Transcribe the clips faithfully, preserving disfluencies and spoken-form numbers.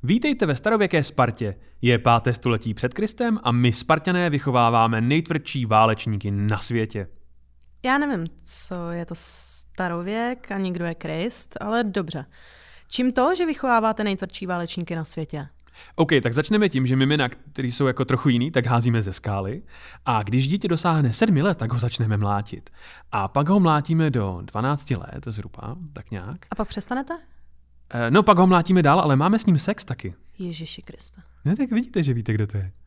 Vítejte ve starověké Spartě. Je páté století před Kristem a my Spartané vychováváme nejtvrdší válečníky na světě. Já nevím, co je to starověk ani kdo je Krist, ale dobře. Čím to, že vychováváte nejtvrdší válečníky na světě? OK, tak začneme tím, že mimina, který jsou jako trochu jiný, tak házíme ze skály. A když dítě dosáhne sedmi let, tak ho začneme mlátit. A pak ho mlátíme do dvanácti let, zhruba, tak nějak. A pak přestanete? No, pak ho mlátíme dál, ale máme s ním sex taky. Ježiši Kriste. Ne, tak vidíte, že víte, kdo to je.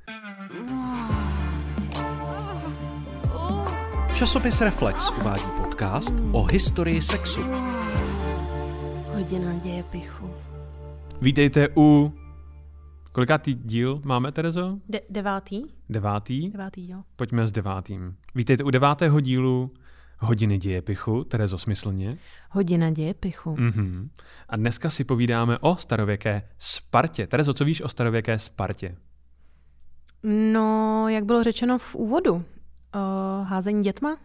Časopis Reflex uvádí podcast o historii sexu. Hodina dějepichu. Vítejte u... Kolikátý díl máme, Terezo? De- devátý? Devátý? Devátý, jo. Pojďme s devátým. Vítejte u devátého dílu Hodiny dějepichu, Terezo, smyslně. Hodina dějepichu. Mhm. A dneska si povídáme o starověké Spartě. Terezo, co víš o starověké Spartě? No, jak bylo řečeno v úvodu, uh, házení dětma?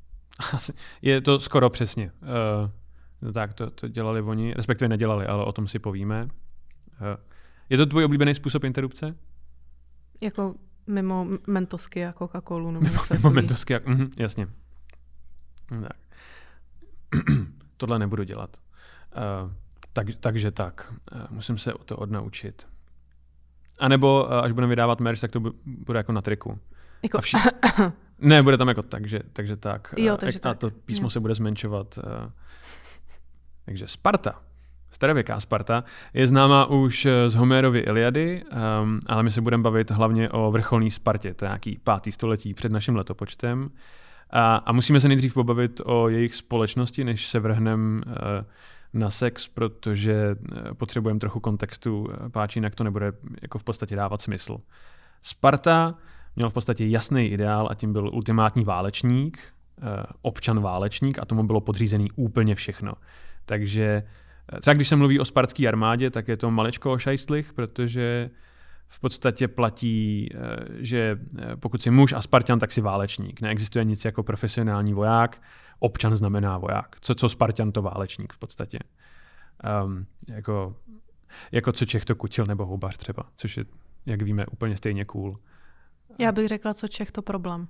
Je to skoro přesně. Uh, no tak, to, to dělali oni, respektive nedělali, ale o tom si povíme. Uh, je to tvůj oblíbený způsob interrupce? Jako mimo mentosky a Coca-Colu. Nebo mimo mimo mentosky, jak, mhm, jasně. Tak. Tohle nebudu dělat. Uh, tak, takže tak. Uh, musím se to odnaučit. A nebo uh, až budeme vydávat merch, tak to bude jako na triku. Jako... Vši... ne, bude tam jako tak, že, takže tak. Jo, takže a tak. to písmo jo. se bude zmenšovat. Uh, takže Sparta. Starověká Sparta je známá už z Homérovy Iliady, um, ale my se budeme bavit hlavně o vrcholné Spartě. To je nějaký pátý století před naším letopočtem. A, a musíme se nejdřív pobavit o jejich společnosti, než se vrhneme uh, na sex, protože uh, potřebujeme trochu kontextu, uh, páč, jinak to nebude jako v podstatě dávat smysl. Sparta měl v podstatě jasný ideál a tím byl ultimátní válečník, uh, občan válečník a tomu bylo podřízený úplně všechno. Takže třeba když se mluví o spartské armádě, tak je to maličko ošajstlich, protože v podstatě platí, že pokud jsi muž a Spartan, tak jsi válečník. Neexistuje nic jako profesionální voják, občan znamená voják. Co, co Spartan, to válečník v podstatě. Um, jako, jako co Čech, to kutil nebo houbař třeba, což je, jak víme, úplně stejně cool. Já bych řekla, co Čech, to problém.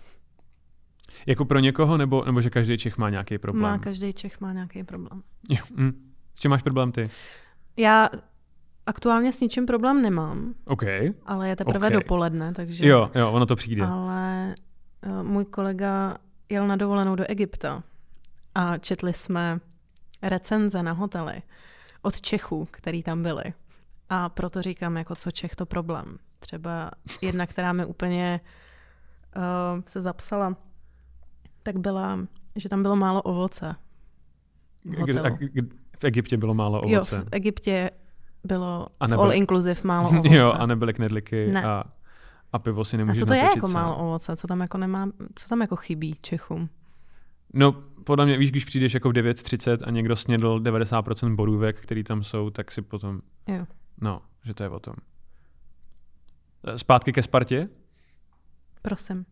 Jako pro někoho, nebo, nebo že každý Čech má nějaký problém? Má, každý Čech má nějaký problém. Jo, mm. S čím máš problém ty? Já aktuálně s ničím problém nemám, okay. ale je teprve okay. dopoledne, takže... Jo, jo, ono to přijde. Ale uh, můj kolega jel na dovolenou do Egypta a četli jsme recenze na hotely od Čechů, který tam byli. A proto říkám, jako co Čech, to problém. Třeba jedna, která mi úplně uh, se zapsala, tak byla, že tam bylo málo ovoce. V, a, v Egyptě bylo málo ovoce. Jo, v Egyptě bylo nebyl... v all inclusive málo ovoce. Jo, a nebyly knedliky a, a pivo si nemůžeš natočit. A co to je jako sám. málo ovoce? Co tam jako nemá, co tam jako chybí Čechům? No, podle mě, víš, když přijdeš jako v devět třicet a někdo snědl devadesát procent borůvek, který tam jsou, tak si potom... Jo. No, že to je o tom. Zpátky ke Spartě? Prosím.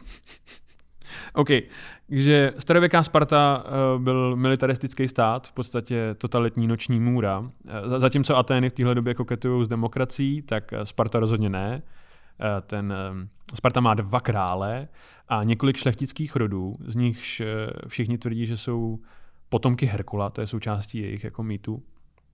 OK, takže starověká Sparta uh, byl militaristický stát, v podstatě totalitní noční můra. Uh, zatímco Atény v téhle době koketují s demokracií, tak Sparta rozhodně ne. Uh, ten, uh, Sparta má dva krále a několik šlechtických rodů, z nichž uh, všichni tvrdí, že jsou potomky Herkula, to je součástí jejich jako mýtu. Uh,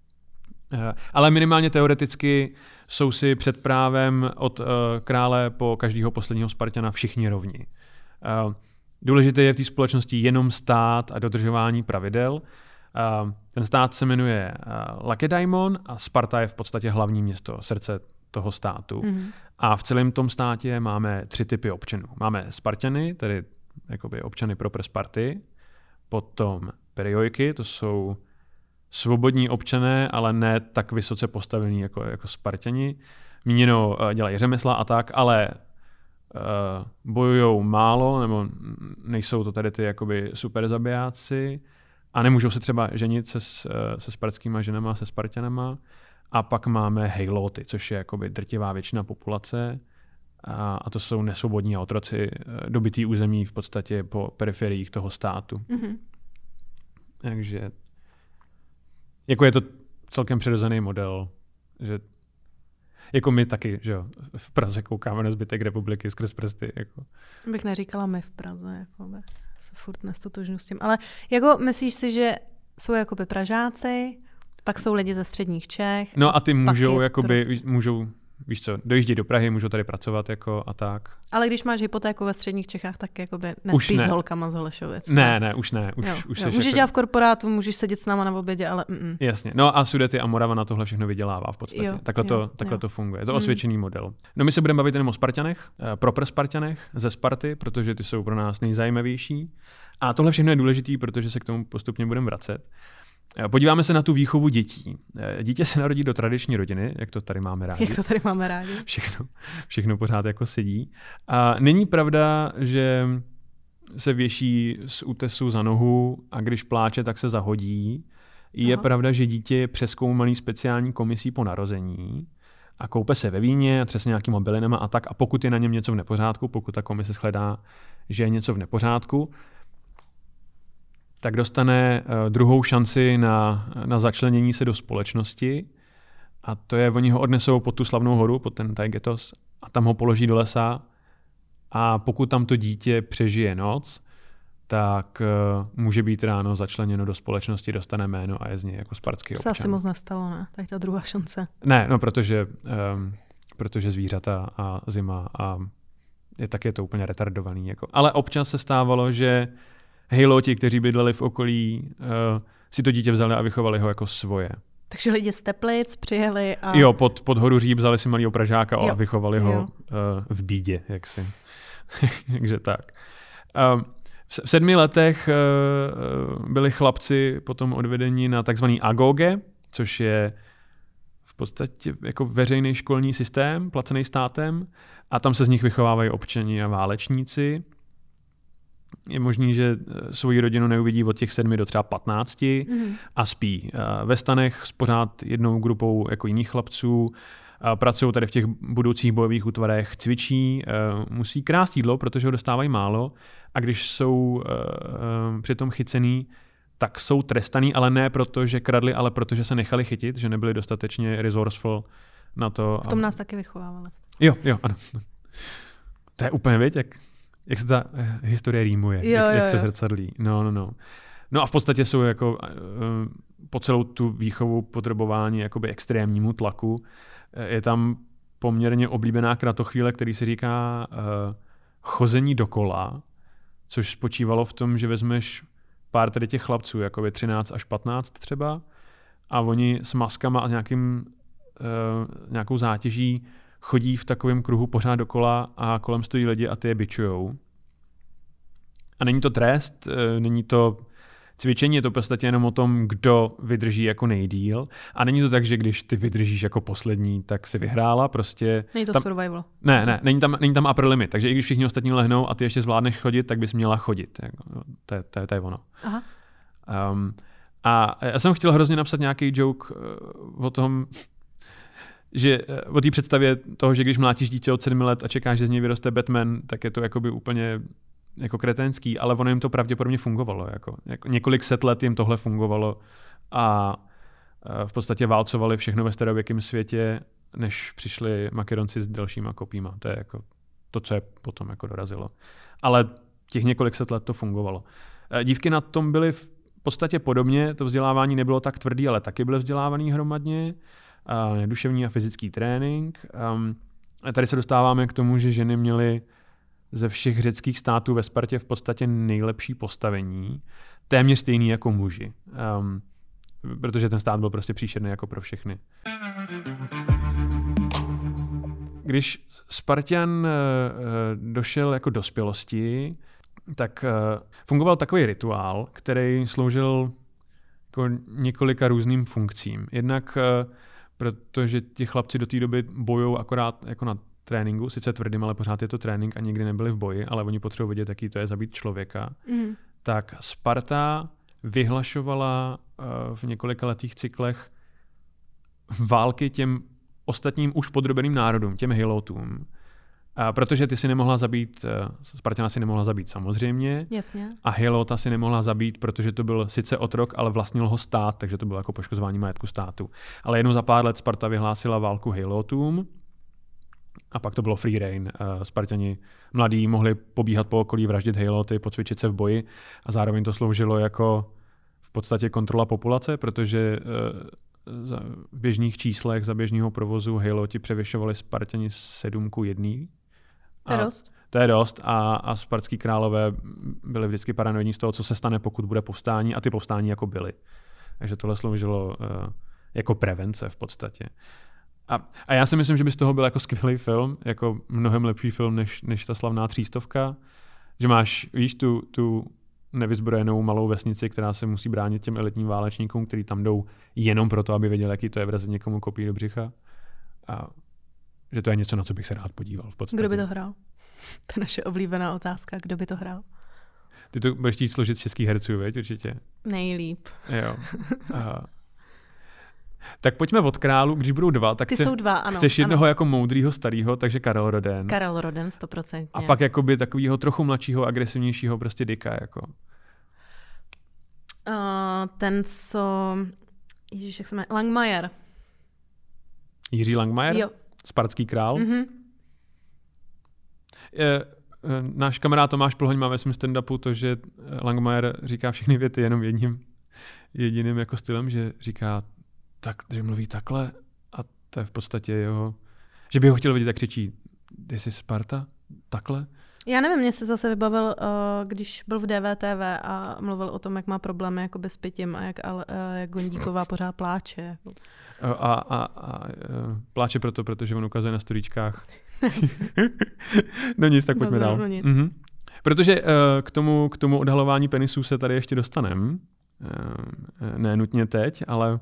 ale minimálně teoreticky jsou si před právem od uh, krále po každého posledního Spartana všichni rovni. Uh, Důležité je v té společnosti jenom stát a dodržování pravidel. Ten stát se jmenuje Lakedaimon a Sparta je v podstatě hlavní město, srdce toho státu. Mm. A v celém tom státě máme tři typy občanů. Máme Spartany, tedy jakoby občany pro Sparty, potom periojky, to jsou svobodní občané, ale ne tak vysoce postavení jako, jako Spartani. Míněno dělají řemesla a tak, ale Uh, bojujou málo, nebo nejsou to tady ty jakoby super zabijáci a nemůžou se třeba ženit se, se spartskýma ženama, se Spartanama. A pak máme hejloty, což je jakoby drtivá většina populace a, a to jsou nesvobodní otroci, dobytý území v podstatě po periferiích toho státu. Mm-hmm. Takže jako je to celkem přirozený model, že Jako my taky, že jo, v Praze koukáme na zbytek republiky skrz prsty. Jako. Bych neříkala my v Praze, jako se furt nestotožňuji s tím. Ale jako myslíš si, že jsou jakoby Pražáci, pak jsou lidi ze středních Čech. No a ty můžou, jakoby, prostě... můžou, víš co, dojíždí do Prahy, můžou tady pracovat jako a tak. Ale když máš hypotéku ve středních Čechách, tak jakoby nespíš ne. s holkama z Holešovic. Ne, ne, už ne. Už, jo, už jo. Můžeš jako... dělat v korporátu, můžeš sedět s náma na obědě, ale mm-mm. Jasně. No a Sudety a Morava na tohle všechno vydělává v podstatě. Jo, takhle, jo, to, takhle jo. to funguje. Je to mm. osvědčený model. No my se budeme bavit jenom o Spartanech, proper Spartanech ze Sparty, protože ty jsou pro nás nejzajímavější. A tohle všechno je důležitý, protože se k tomu postupně budeme vracet. Podíváme se na tu výchovu dětí. Dítě se narodí do tradiční rodiny, jak to tady máme rádi. Jak to tady máme rádi. Všechno, všechno pořád jako sedí. A není pravda, že se věší z útesu za nohu a když pláče, tak se zahodí. Je Aha. pravda, že dítě je přezkoumaný speciální komisí po narození a koupe se ve víně a třese nějakýma bylinama a tak. A pokud je na něm něco v nepořádku, pokud ta komise shledá, že je něco v nepořádku, tak dostane uh, druhou šanci na, na začlenění se do společnosti a to je, oni ho odnesou pod tu slavnou horu, pod ten Taygetos a tam ho položí do lesa a pokud tam to dítě přežije noc, tak uh, může být ráno začleněno do společnosti, dostane jméno a je z něj jako spartský občan. To se asi moc nestalo, ne? Tak ta druhá šance. Ne, no protože, um, protože zvířata a zima a je, tak je to úplně retardovaný. Jako. Ale občas se stávalo, že hejloti, kteří bydleli v okolí, uh, si to dítě vzali a vychovali ho jako svoje. Takže lidi z Teplic přijeli a... Jo, pod, pod horu Říp vzali si malýho Pražáka jo. a vychovali jo. ho uh, v bídě, jaksi. Takže tak. Uh, v sedmi letech uh, byli chlapci potom odvedeni na takzvaný agoge, což je v podstatě jako veřejný školní systém, placený státem, a tam se z nich vychovávají občani a válečníci. Je možný, že svoji rodinu neuvidí od těch sedmi do třeba patnácti mm. a spí ve stanech s pořád jednou grupou jako jiných chlapců, pracují tady v těch budoucích bojových útvarech, cvičí, musí krást jídlo, protože ho dostávají málo a když jsou přitom chycený, tak jsou trestaný, ale ne proto, že kradli, ale protože se nechali chytit, že nebyli dostatečně resourceful na to. V tom a... nás taky vychovávali. Jo, jo, ano. To je úplně, věď, jak... Jak se ta historie rýmuje, jo, jak, jo, jak se jo. zrcadlí. No, no, no. No a v podstatě jsou jako uh, po celou tu výchovu podrobování jakoby extrémnímu tlaku. Je tam poměrně oblíbená kratochvíle, který se říká uh, chození dokola, což spočívalo v tom, že vezmeš pár tady těch chlapců, jakoby třináct až patnáct třeba, a oni s maskama a nějakým, uh, nějakou zátěží chodí v takovém kruhu pořád dokola a kolem stojí lidi a ty je bičujou. A není to trest, není to cvičení, je to v podstatě jenom o tom, kdo vydrží jako nejdýl. A není to tak, že když ty vydržíš jako poslední, tak si vyhrála. Prostě není to tam... survival. Ne, ne, není tam, není tam upper limit. Takže i když všichni ostatní lehnou a ty ještě zvládneš chodit, tak bys měla chodit. To je, to je, to je ono. Aha. Um, a já jsem chtěl hrozně napsat nějaký joke o tom, že o té představě toho, že když mlátíš dítě od sedmi let a čekáš, že z něj vyroste Batman, tak je to jakoby úplně jako kreténský, ale ono jim to pravděpodobně fungovalo. Jako, jako několik set let jim tohle fungovalo a v podstatě válcovali všechno ve starověkém světě, než přišli Makedonci s dalšíma kopíma. To je jako to, co je potom jako dorazilo. Ale těch několik set let to fungovalo. Dívky na tom byly v podstatě podobně, to vzdělávání nebylo tak tvrdý, ale taky byly vzdělávaný hromadně. Uh, duševní a fyzický trénink. Um, a tady se dostáváme k tomu, že ženy měly ze všech řeckých států ve Spartě v podstatě nejlepší postavení, téměř stejný jako muži. Um, protože ten stát byl prostě příšerný jako pro všechny. Když Spartan uh, došel jako dospělosti, tak uh, fungoval takový rituál, který sloužil jako několika různým funkcím. Jednak uh, protože ti chlapci do té doby bojují akorát jako na tréninku, sice tvrdým, ale pořád je to trénink a nikdy nebyli v boji, ale oni potřebují vědět, jaký to je zabít člověka. Mm. Tak Sparta vyhlašovala uh, v několika letých cyklech války těm ostatním už podrobeným národům, těm Hilotům. A protože ty si nemohla zabít, Spartana si nemohla zabít samozřejmě. Jasně. A Hilota si nemohla zabít, protože to byl sice otrok, ale vlastnil ho stát, takže to bylo jako poškozování majetku státu. Ale jednou za pár let Sparta vyhlásila válku Hilotům A pak to bylo free reign. Spartani mladí mohli pobíhat po okolí, vraždit hejloty, pocvičit se v boji a zároveň to sloužilo jako v podstatě kontrola populace, protože v běžných číslech za běžného provozu hejloti převyšovali Spartani sedm ku jedné. To je dost. To je dost a, a spartský králové byli vždycky paranoidní z toho, co se stane, pokud bude povstání, a ty povstání jako byly. Takže tohle sloužilo uh, jako prevence v podstatě. A, a já si myslím, že by z toho byl jako skvělý film, jako mnohem lepší film než, než ta slavná třístovka, že máš, víš, tu, tu nevyzbrojenou malou vesnici, která se musí bránit těm elitním válečníkům, kteří tam jdou jenom proto, aby věděli, jaký to je vrazit někomu kopí do břicha. A že to je něco, na co bych se rád podíval v podstatě. Kdo by to hrál? To je naše oblíbená otázka. Kdo by to hrál? Ty to budeš chtít složit z českých herců, veď, určitě? Nejlíp. Jo. Aha. Tak pojďme od králu, když budou dva, tak Ty chce, jsou dva, ano. chceš jednoho ano. jako moudrýho starýho, takže Karel Roden. Karel Roden, stoprocentně. A pak jakoby takovýho trochu mladšího, agresivnějšího prostě Dicka, jako. Uh, ten, co... Ježíš, jak se jmenuje? Langmajer. Jiří Langmajer? Jo. Spartský král? Mhm. Je, náš kamarád Tomáš Plhoň má ve svém stand-upu to, že Langmajer říká všechny věty jenom jedním jediným jako stylem, že říká, tak, že mluví takhle a to je v podstatě jeho, že by ho chtěl vidět, tak křičí, ty jsi Sparta? Takhle? Já nevím, mě se zase vybavil, uh, když byl v D V T V a mluvil o tom, jak má problémy jakoby s pitím a jak, uh, jak Gondíková pořád pláče. A, a, a, a pláče proto, protože on ukazuje na storíčkách. No nic, tak pojďme no, dál. No nic. Mhm. Protože uh, k tomu, k tomu odhalování penisů se tady ještě dostaneme. Uh, ne nutně teď, ale uh,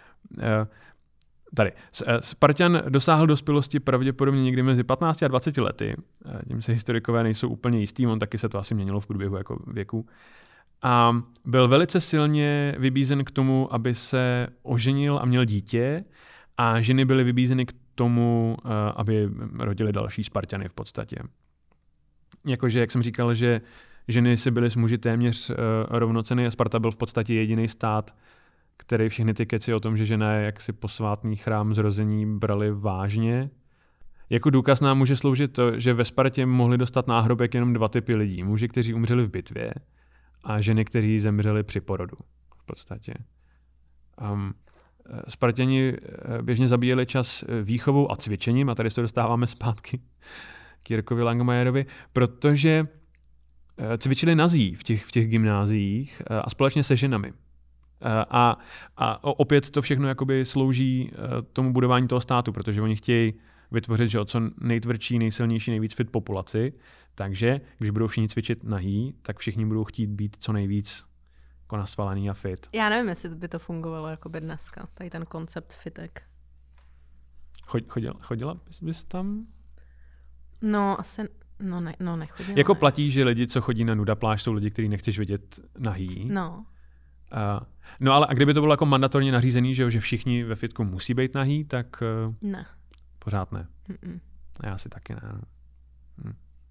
tady. Spartan dosáhl dospělosti pravděpodobně někdy mezi patnácti a dvaceti lety. Tím se historikové nejsou úplně jistý, on taky se to asi měnilo v průběhu jako věku. A byl velice silně vybízen k tomu, aby se oženil a měl dítě, a ženy byly vybízeny k tomu, aby rodili další Spartany v podstatě. Jakože, jak jsem říkal, že ženy si byly s muži téměř rovnocenny a Sparta byl v podstatě jediný stát, který všechny ty keci o tom, že žena je jaksi posvátný chrám zrození, brali vážně. Jako důkaz nám může sloužit to, že ve Spartě mohli dostat náhrobek jenom dva typy lidí. Muži, kteří umřeli v bitvě, a ženy, kteří zemřeli při porodu v podstatě. Um, Spartěni běžně zabíjeli čas výchovou a cvičením, a tady se dostáváme zpátky k Jirkovi Langmajerovi, protože cvičili nazí v těch, v těch gymnáziích a společně se ženami. A, a opět to všechno jakoby slouží tomu budování toho státu, protože oni chtějí vytvořit, že o co nejtvrdší, nejsilnější, nejvíc fit populaci, takže když budou všichni cvičit nahý, tak všichni budou chtít být co nejvíc jako nasvalený a fit. Já nevím, jestli by to fungovalo jako by dneska, tady ten koncept fitek. Chodila, chodila bys, bys tam? No, asi, no, ne, no nechodila. Jako platí, že lidi, co chodí na nuda pláž, jsou lidi, který nechceš vidět nahý. No. Uh, no ale a kdyby to bylo jako mandatorně nařízený, že, že všichni ve fitku musí být nahý, tak uh, ne. Pořád ne. Mm-mm. Já si taky ne. Hm.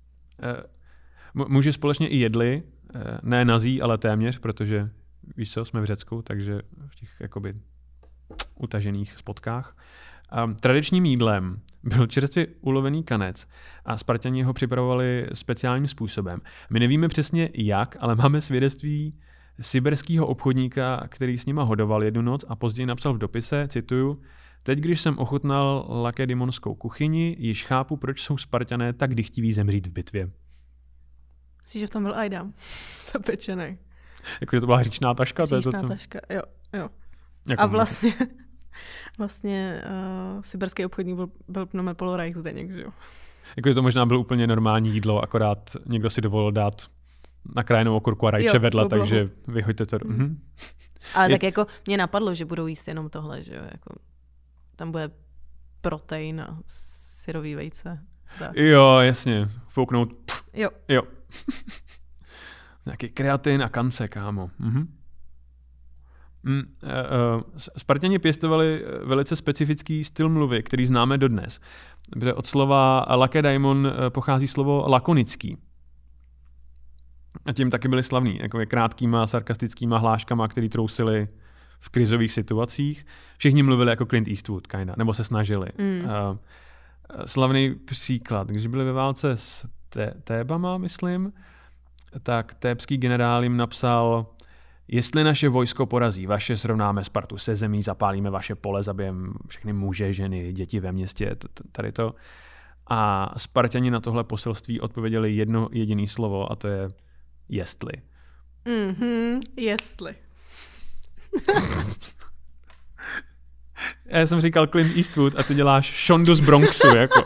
Uh, muži společně i jedli, uh, ne nazí, ale téměř, protože víš co, jsme v Řecku, takže v těch jakoby utažených spotkách. Um, tradičním jídlem byl čerstvě ulovený kanec a Spartani ho připravovali speciálním způsobem. My nevíme přesně jak, ale máme svědectví siberského obchodníka, který s nima hodoval jednu noc a později napsal v dopise, cituju, teď, když jsem ochutnal lakedimonskou kuchyni, již chápu, proč jsou Spartané tak dychtiví zemřít v bitvě. Myslíš, že v tom byl Aida? Zapečený. Jakože to byla hříšná taška? Hříšná to je to, co... taška, jo, jo. Jako a vlastně, vlastně uh, siberský obchodník byl, byl Pnome Polorajk Zdeněk, že jo? Jakože to možná bylo úplně normální jídlo, akorát někdo si dovolil dát nakrájenou okurku a rajče jo, vedle, oblohu. Takže vyhoďte to. Mm. Mhm. Ale Je... tak jako mě napadlo, že budou jíst jenom tohle, že jo? Jako, tam bude protein a syrový vejce. Tak. Jo, jasně. Fouknout. Pff. Jo. Jo. Nějaký kreatin a kance, kámo. Mhm. Mm, uh, uh, Spartěni pěstovali velice specifický styl mluvy, který známe dodnes. Od slova lakedaimon pochází slovo lakonický. A tím taky byli slavní, jako je krátkýma, sarkastickýma hláškama, který trousili v krizových situacích. Všichni mluvili jako Clint Eastwood, kinda, nebo se snažili. Mm. Uh, Slavný příklad. Když byli ve válce s Té- Tébama, myslím, tak tébský generál jim napsal: jestli naše vojsko porazí vaše, srovnáme Spartu se zemí, zapálíme vaše pole, zabijeme všechny muže, ženy, děti ve městě, tady to. A Sparťani na tohle poselství odpověděli jedno jediné slovo, a to je jestli. Mhm, jestli. Já jsem říkal Clint Eastwood a ty děláš Shondu z Bronxu, jako.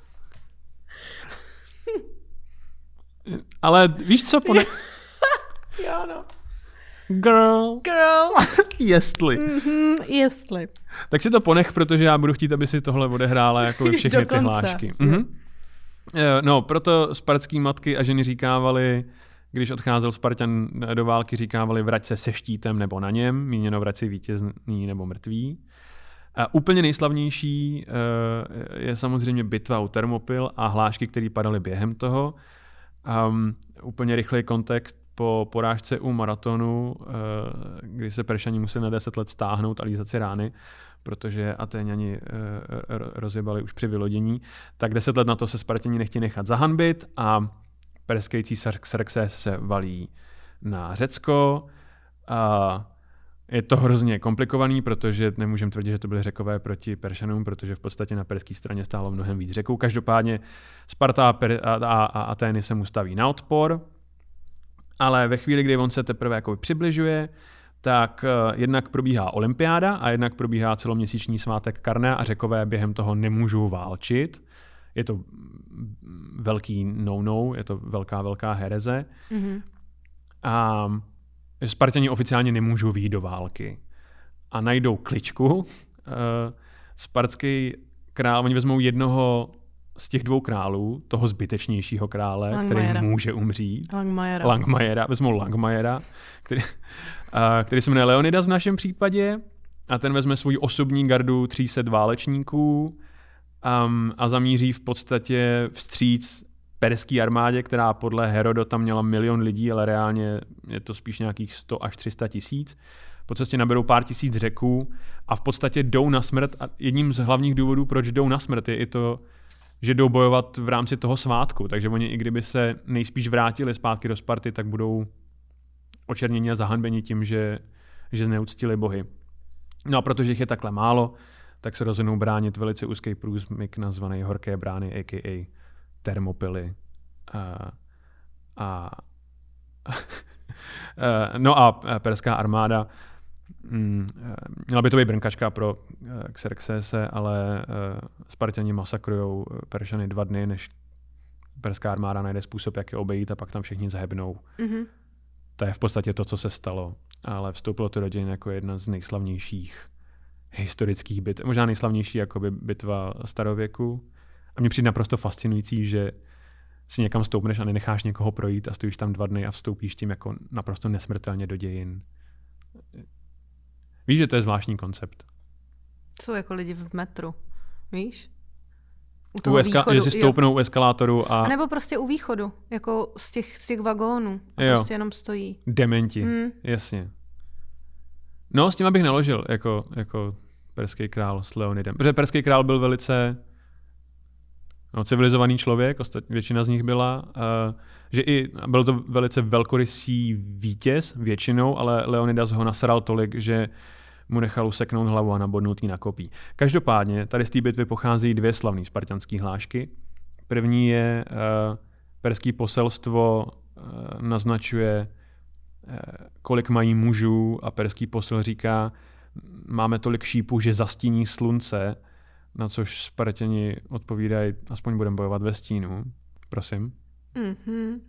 Ale víš co? Pone... Jo, no. Girl. Girl. Jestli. Mhm, jestli. Tak si to ponech, protože já budu chtít, aby si tohle odehrála jako všechny ty hlášky. Mhm. No, proto spartský matky a ženy říkávali, když odcházel Spartan do války, říkávali vrať se se štítem nebo na něm, míněno vrať si vítězný nebo mrtvý. A úplně nejslavnější je samozřejmě bitva u Termopil a hlášky, které padaly během toho. Um, úplně rychlej kontext: po porážce u maratonu, uh, kdy se Peršani museli na deset let stáhnout a lízat si rány, protože Atéňani uh, rozjebali už při vylodění, tak deset let na to se Spartěni nechtějí nechat zahanbit a perský císař Xerxes se valí na Řecko. Uh, je to hrozně komplikovaný, protože nemůžeme tvrdit, že to byly Řekové proti Peršanům, protože v podstatě na perské straně stálo mnohem víc Řeků. Každopádně Sparta a, per- a, a, a Atény se mu staví na odpor, ale ve chvíli, kdy on se teprve jako přibližuje, tak uh, jednak probíhá olympiáda a jednak probíhá celoměsíční svátek Karna a Řekové během toho nemůžou válčit. Je to velký no-no, je to velká, velká hereze. Mm-hmm. A Sparťani oficiálně nemůžou vyjít do války. A najdou kličku. Uh, Spartský král, oni vezmou jednoho z těch dvou králů, toho zbytečnějšího krále, Langmajera, který může umřít. Langmajera. Langmajera, vezmou Langmajera, který, uh, který se jmenuje Leonidas v našem případě. A ten vezme svůj osobní gardu tří set válečníků um, a zamíří v podstatě vstříc perský armádě, která podle Herodota měla milion lidí, ale reálně je to spíš nějakých sto až tři sta tisíc. Po cestě naberou pár tisíc Řeků a v podstatě jdou na smrt. A jedním z hlavních důvodů, proč jdou na smrt, je i to, že jdou bojovat v rámci toho svátku. Takže oni, i kdyby se nejspíš vrátili zpátky do Sparty, tak budou očerněni a zahanbeni tím, že, že neuctili bohy. No a protože jich je takhle málo, tak se rozhodnou bránit velice úzký průsmyk nazvaný Horké brány, a k a. Termopily. A, a, no a perská armáda, mm, měla by to být brnkačka pro Xerxese, ale Sparťani masakrujou Peršany dva dny, než perská armáda najde způsob, jak je obejít, a pak tam všichni zahebnou. Mm-hmm. To je v podstatě to, co se stalo. Ale vstoupilo to do dějin jako jedna z nejslavnějších historických bitev, možná nejslavnější jakoby bitva starověku. A mně přijde naprosto fascinující, že si někam stoupneš a nenecháš někoho projít a stojíš tam dva dny a vstoupíš tím jako naprosto nesmrtelně do dějin. Víš, že to je zvláštní koncept? Jsou jako lidi v metru, víš? U toho u eska- východu. Že si stoupnou u eskalátoru a... a... nebo prostě u východu, jako z těch, z těch vagónů. A jo. Prostě jenom stojí. Dementi, hmm. jasně. No, s tím abych naložil jako, jako perský král s Leonidem. Protože perský král byl velice... No, civilizovaný člověk, ostatně většina z nich byla, uh, že i byl to velice velkorysý vítěz většinou, ale Leonidas ho nasral tolik, že mu nechal useknout hlavu a nabodnout jí na kopí. Každopádně tady z té bitvy pochází dvě slavné spartanské hlášky. První je uh, perský poselstvo uh, naznačuje, uh, kolik mají mužů, a perský posel říká, máme tolik šípů, že zastíní slunce, na což Spartěni odpovídají, aspoň budeme bojovat ve stínu. Prosím. Mm-hmm.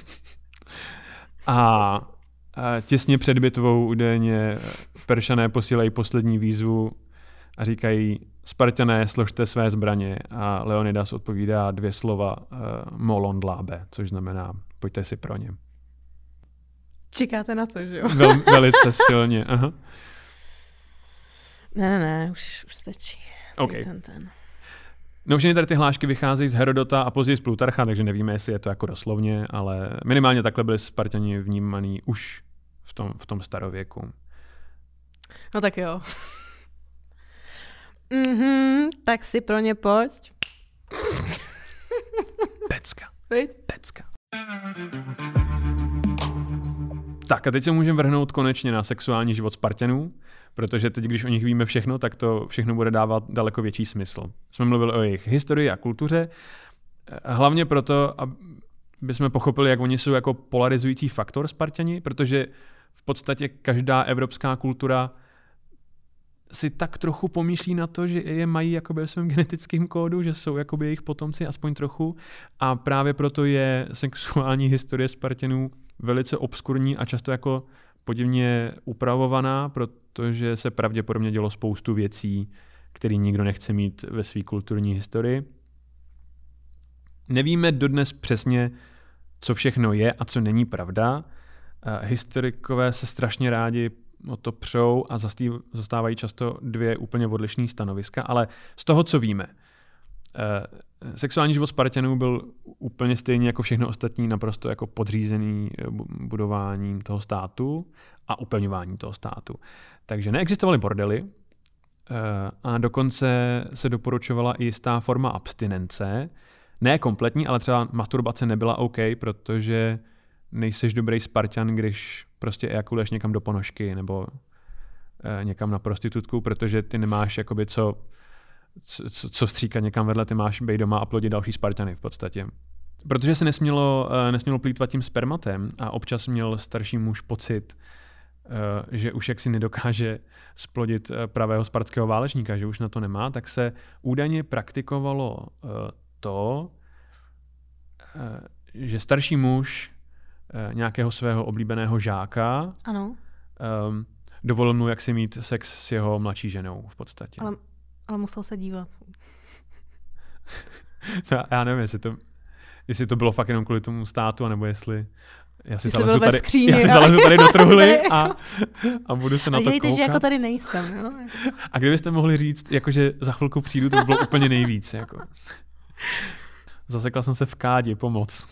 a, a těsně před bitvou údajně Peršané posílají poslední výzvu a říkají, Sparťané, složte své zbraně. A Leonidas odpovídá dvě slova uh, molon dlábe, což znamená, pojďte si pro ně. Čekáte na to, že jo? Vel, velice silně. Aha. Ne, ne, ne, už, už stačí. Okay. Ten, ten. No, všechny tady ty hlášky vycházejí z Herodota a později z Plutarcha, takže nevíme, jestli je to jako doslovně, ale minimálně takhle byli Sparťani vnímaný už v tom, v tom starověku. No tak jo. Mhm, tak si pro ně pojď. Pecka. Víš? Pecka. Tak a teď se můžeme vrhnout konečně na sexuální život Spartanů, protože teď, když o nich víme všechno, tak to všechno bude dávat daleko větší smysl. Jsme mluvili o jejich historii a kultuře, hlavně proto, aby jsme pochopili, jak oni jsou jako polarizující faktor Spartani, protože v podstatě každá evropská kultura si tak trochu pomýšlí na to, že je mají jakoby ve svém genetickém kódu, že jsou jakoby jejich potomci aspoň trochu a právě proto je sexuální historie Spartanů velice obskurní a často jako podivně upravovaná, protože se pravděpodobně dělo spoustu věcí, které nikdo nechce mít ve své kulturní historii. Nevíme dodnes přesně, co všechno je a co není pravda. Historikové se strašně rádi o to přou a zastávají často dvě úplně odlišné stanoviska, ale z toho, co víme, sexuální život Spartanů byl úplně stejný jako všechno ostatní, naprosto jako podřízený budováním toho státu a upevňováním toho státu. Takže neexistovaly bordely a dokonce se doporučovala i jistá forma abstinence. Ne kompletní, ale třeba masturbace nebyla OK, protože nejseš dobrý Spartan, když prostě ejakuluješ někam do ponožky nebo někam na prostitutku, protože ty nemáš jakoby co Co, co stříkat někam vedle, ty máš být doma a plodit další Spartany v podstatě. Protože se nesmělo, nesmělo plýtvat tím spermatem a občas měl starší muž pocit, že už jaksi nedokáže splodit pravého spartského válečníka, že už na to nemá, tak se údajně praktikovalo to, že starší muž nějakého svého oblíbeného žáka ano. dovolil mu jaksi mít sex s jeho mladší ženou v podstatě. Ale Ale musel se dívat. Já nevím, jestli to, jestli to bylo fakt jenom kvůli tomu státu, anebo jestli já si jestli zalezu tady, skříni, já si zalezu tady do truhly a, a budu se na a to dějte, koukat. že jako tady nejsem. Jo? A kdybyste mohli říct, jakože za chvilku přijdu, to by bylo úplně nejvíc. Jako. Zasekla jsem se v kádě, pomoc.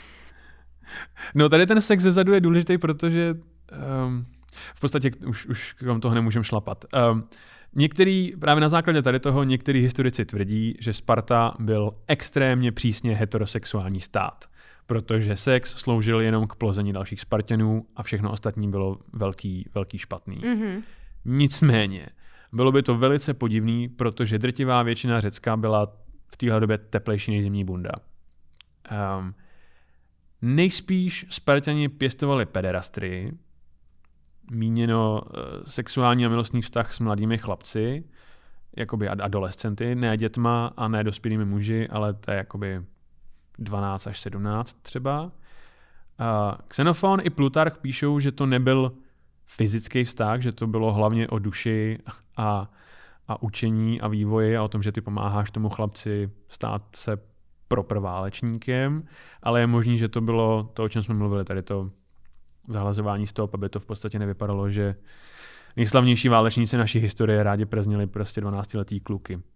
No tady ten sex zezadu je důležitý, protože um, v podstatě už, už k toho nemůžeme šlapat. Um, Některý, právě na základě tady toho, některý historici tvrdí, že Sparta byl extrémně přísně heterosexuální stát, protože sex sloužil jenom k plození dalších Spartanů a všechno ostatní bylo velký, velký špatný. Mm-hmm. Nicméně, bylo by to velice podivný, protože drtivá většina Řecka byla v téhle době teplejší než zimní bunda. Um, nejspíš Spartani pěstovali pederastrii, míněno sexuální a milostný vztah s mladými chlapci, jakoby adolescenty, ne dětma a ne dospělými muži, ale to je jakoby dvanáct až sedmnáct třeba. A Xenofon i Plutarch píšou, že to nebyl fyzický vztah, že to bylo hlavně o duši a, a učení a vývoji a o tom, že ty pomáháš tomu chlapci stát se proprválečníkem, ale je možný, že to bylo to, o čem jsme mluvili, tady to zahlazování stop, aby to v podstatě nevypadalo, že nejslavnější válečníci naší historie rádi preznili prostě dvanáctiletý kluky. E,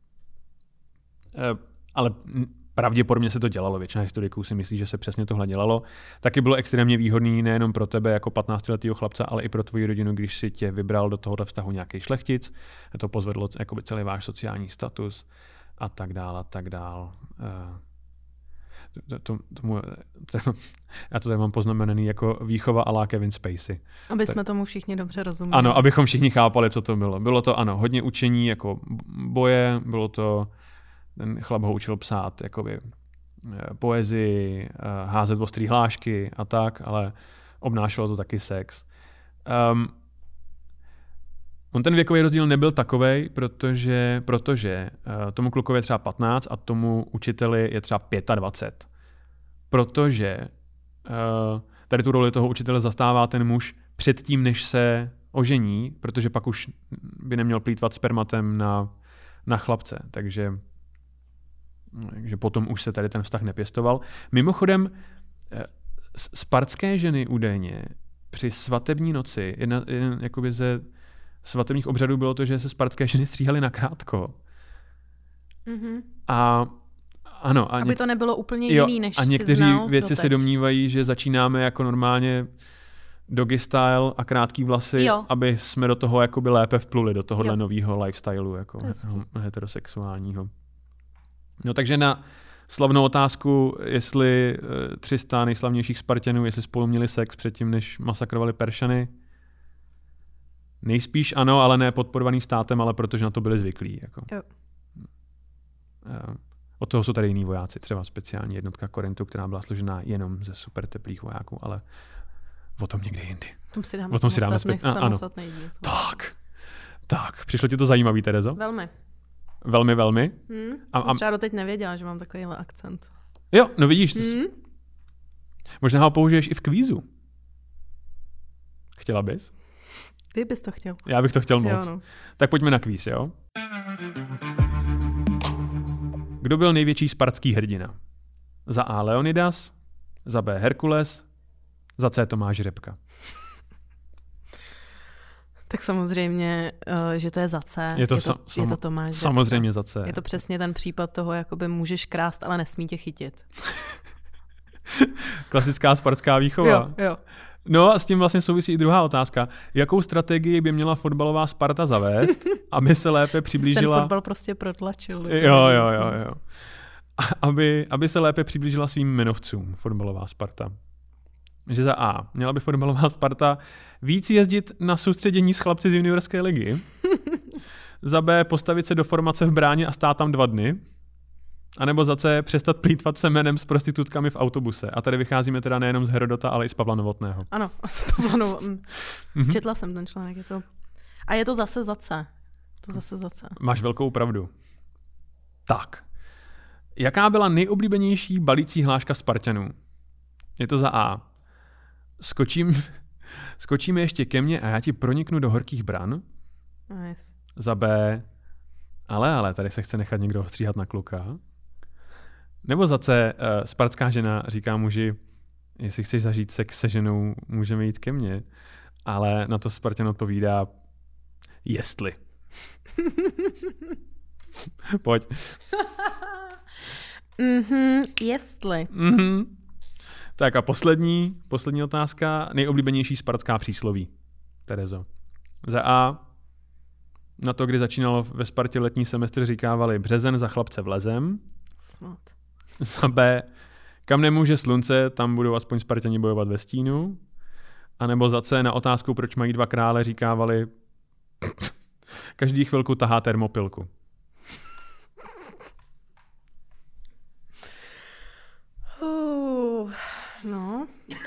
ale pravděpodobně se to dělalo, většina historiků si myslí, že se přesně tohle dělalo. Taky bylo extrémně výhodný nejenom pro tebe jako patnáctiletýho chlapce, ale i pro tvoji rodinu, když si tě vybral do tohoto vztahu nějaký šlechtic. To pozvedlo jakoby celý váš sociální status a tak dál a tak dál. E, To, to, tomu, to, já to tady mám poznamenaný jako výchova a la Kevin Spacey. Aby jsme tak, tomu všichni dobře rozuměli. Ano, abychom všichni chápali, co to bylo. Bylo to, ano, hodně učení, jako boje, bylo to, ten chlap ho učil psát jakoby poezii, házet ostrý hlášky a tak, ale obnášelo to taky sex. Um, On ten věkový rozdíl nebyl takovej, protože, protože uh, tomu klukovi je třeba patnáct a tomu učiteli je třeba dvacet pět. Protože uh, tady tu roli toho učitele zastává ten muž předtím, než se ožení, protože pak už by neměl plýtvat spermatem na, na chlapce. Takže, takže potom už se tady ten vztah nepěstoval. Mimochodem, uh, spartské ženy údajně při svatební noci, jedna, jeden jakoby ze svatebních obřadů bylo to, že se spartské ženy stříhaly nakrátko. Mm-hmm. A ano. A Aby něk- to nebylo úplně jo, jiný, než a někteří si znal věci doteď. se domnívají, že začínáme jako normálně doggy style a krátký vlasy, jo. aby jsme do toho jakoby lépe vpluli, do tohohle jo. nového lifestylu jako heterosexuálního. No takže na slavnou otázku, jestli tři sta nejslavnějších Spartanů, jestli spolu měli sex předtím, než masakrovali Peršany. Nejspíš ano, ale ne podporovaný státem, ale protože na to byli zvyklí. Jako. Jo. Od toho jsou tady jiní vojáci, třeba speciální jednotka Korintu, která byla složená jenom ze super teplých vojáků, ale o tom někdy jindy. Tom si dáme o tom si dáme zpět. Ano. Tak, tak. Přišlo ti to zajímavý, Terezo? Velmi. Velmi, velmi. Hmm, a, jsem a... třeba doteď nevěděla, že mám takovýhle akcent. Jo, no vidíš. Hmm? Možná ho použiješ i v kvízu. Chtěla bys? Ty bys to chtěl. Já bych to chtěl moc. Jo, no. Tak pojďme na kvíz, jo? Kdo byl největší spartský hrdina? Za A. Leonidas, za B. Herkules, za C. Tomáš Řepka. Tak samozřejmě, že to je za C. Je to, je to, sam, je to Tomáš Řepka. Samozřejmě za C. Je to přesně ten případ toho, jakoby můžeš krást, ale nesmí tě chytit. Klasická spartská výchova. Jo, jo. No a s tím vlastně souvisí i druhá otázka. Jakou strategii by měla fotbalová Sparta zavést, aby se lépe přiblížila... Ten fotbal prostě protlačil. Jo, jo, jo, jo. Aby, aby se lépe přiblížila svým jmenovcům fotbalová Sparta. Že za A. Měla by fotbalová Sparta víc jezdit na soustředění s chlapci z juniorské ligy. Za B. Postavit se do formace v bráně a stát tam dva dny. A nebo za C. Přestat plýtvat semenem s prostitutkami v autobuse. A tady vycházíme teda nejenom z Herodota, ale i z Pavla Novotného. Ano, z Pavla Novotného. Četla jsem ten článek. Je to... A je to zase za C. To zase za C. Máš velkou pravdu. Tak. Jaká byla nejoblíbenější balící hláška Spartanů? Je to za A. Skočím, skočíme ještě ke mně a já ti proniknu do horkých bran. Nice. Za B. Ale, ale, tady se chce nechat někdo stříhat na kluka. Nebo za C. Uh, spartská žena říká muži, jestli chceš zažít sex se ženou, můžeme jít ke mně. Ale na to Spartan odpovídá, jestli. Pojď. Mhm, jestli. Mhm. Tak a poslední, poslední otázka. Nejoblíbenější spartská přísloví. Terezo. Za A. Na to, kdy začínalo ve Spartě letní semestr, říkávali březen za chlapce vlezem. Snad. Za B. Kam nemůže slunce, tam budou aspoň Spartani bojovat ve stínu. A nebo za C. Na otázku, proč mají dva krále, říkávali každý chvilku tahá termopilku. Uh, no.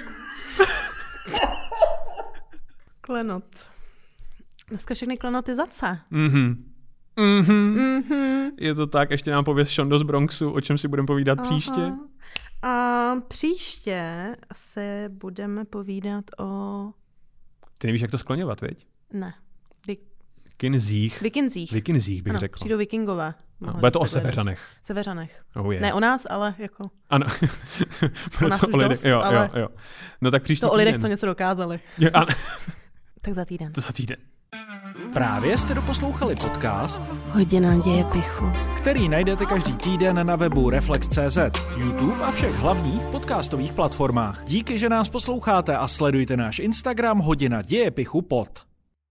Klenot. Dneska všechny klenoty za C. Mhm. Mhm. Mhm. Je to tak, ještě nám pověz Šondo z Bronxu, o čem si budeme povídat Aha. příště. A příště se budeme povídat o... Ty nevíš, jak to skloňovat, viď? Ne. Vi... Kinzích. Vikinzích. Vikinzích bych ano, řekl. přijdou vikingové. No, bude to o Seveřanech. Seveřanech. Oh, yeah. Ne o nás, ale jako... Ano. o nás to už o lidech. dost, jo, ale... jo, jo. No tak příští To o lidech, týden. co něco dokázali. Jo, a... Tak za týden. To za týden. Právě jste doposlouchali podcast Hodina dějepichu, který najdete každý týden na webu Reflex tečka cé zet, YouTube a všech hlavních podcastových platformách. Díky, že nás posloucháte a sledujte náš Instagram Hodina dějepichu pod.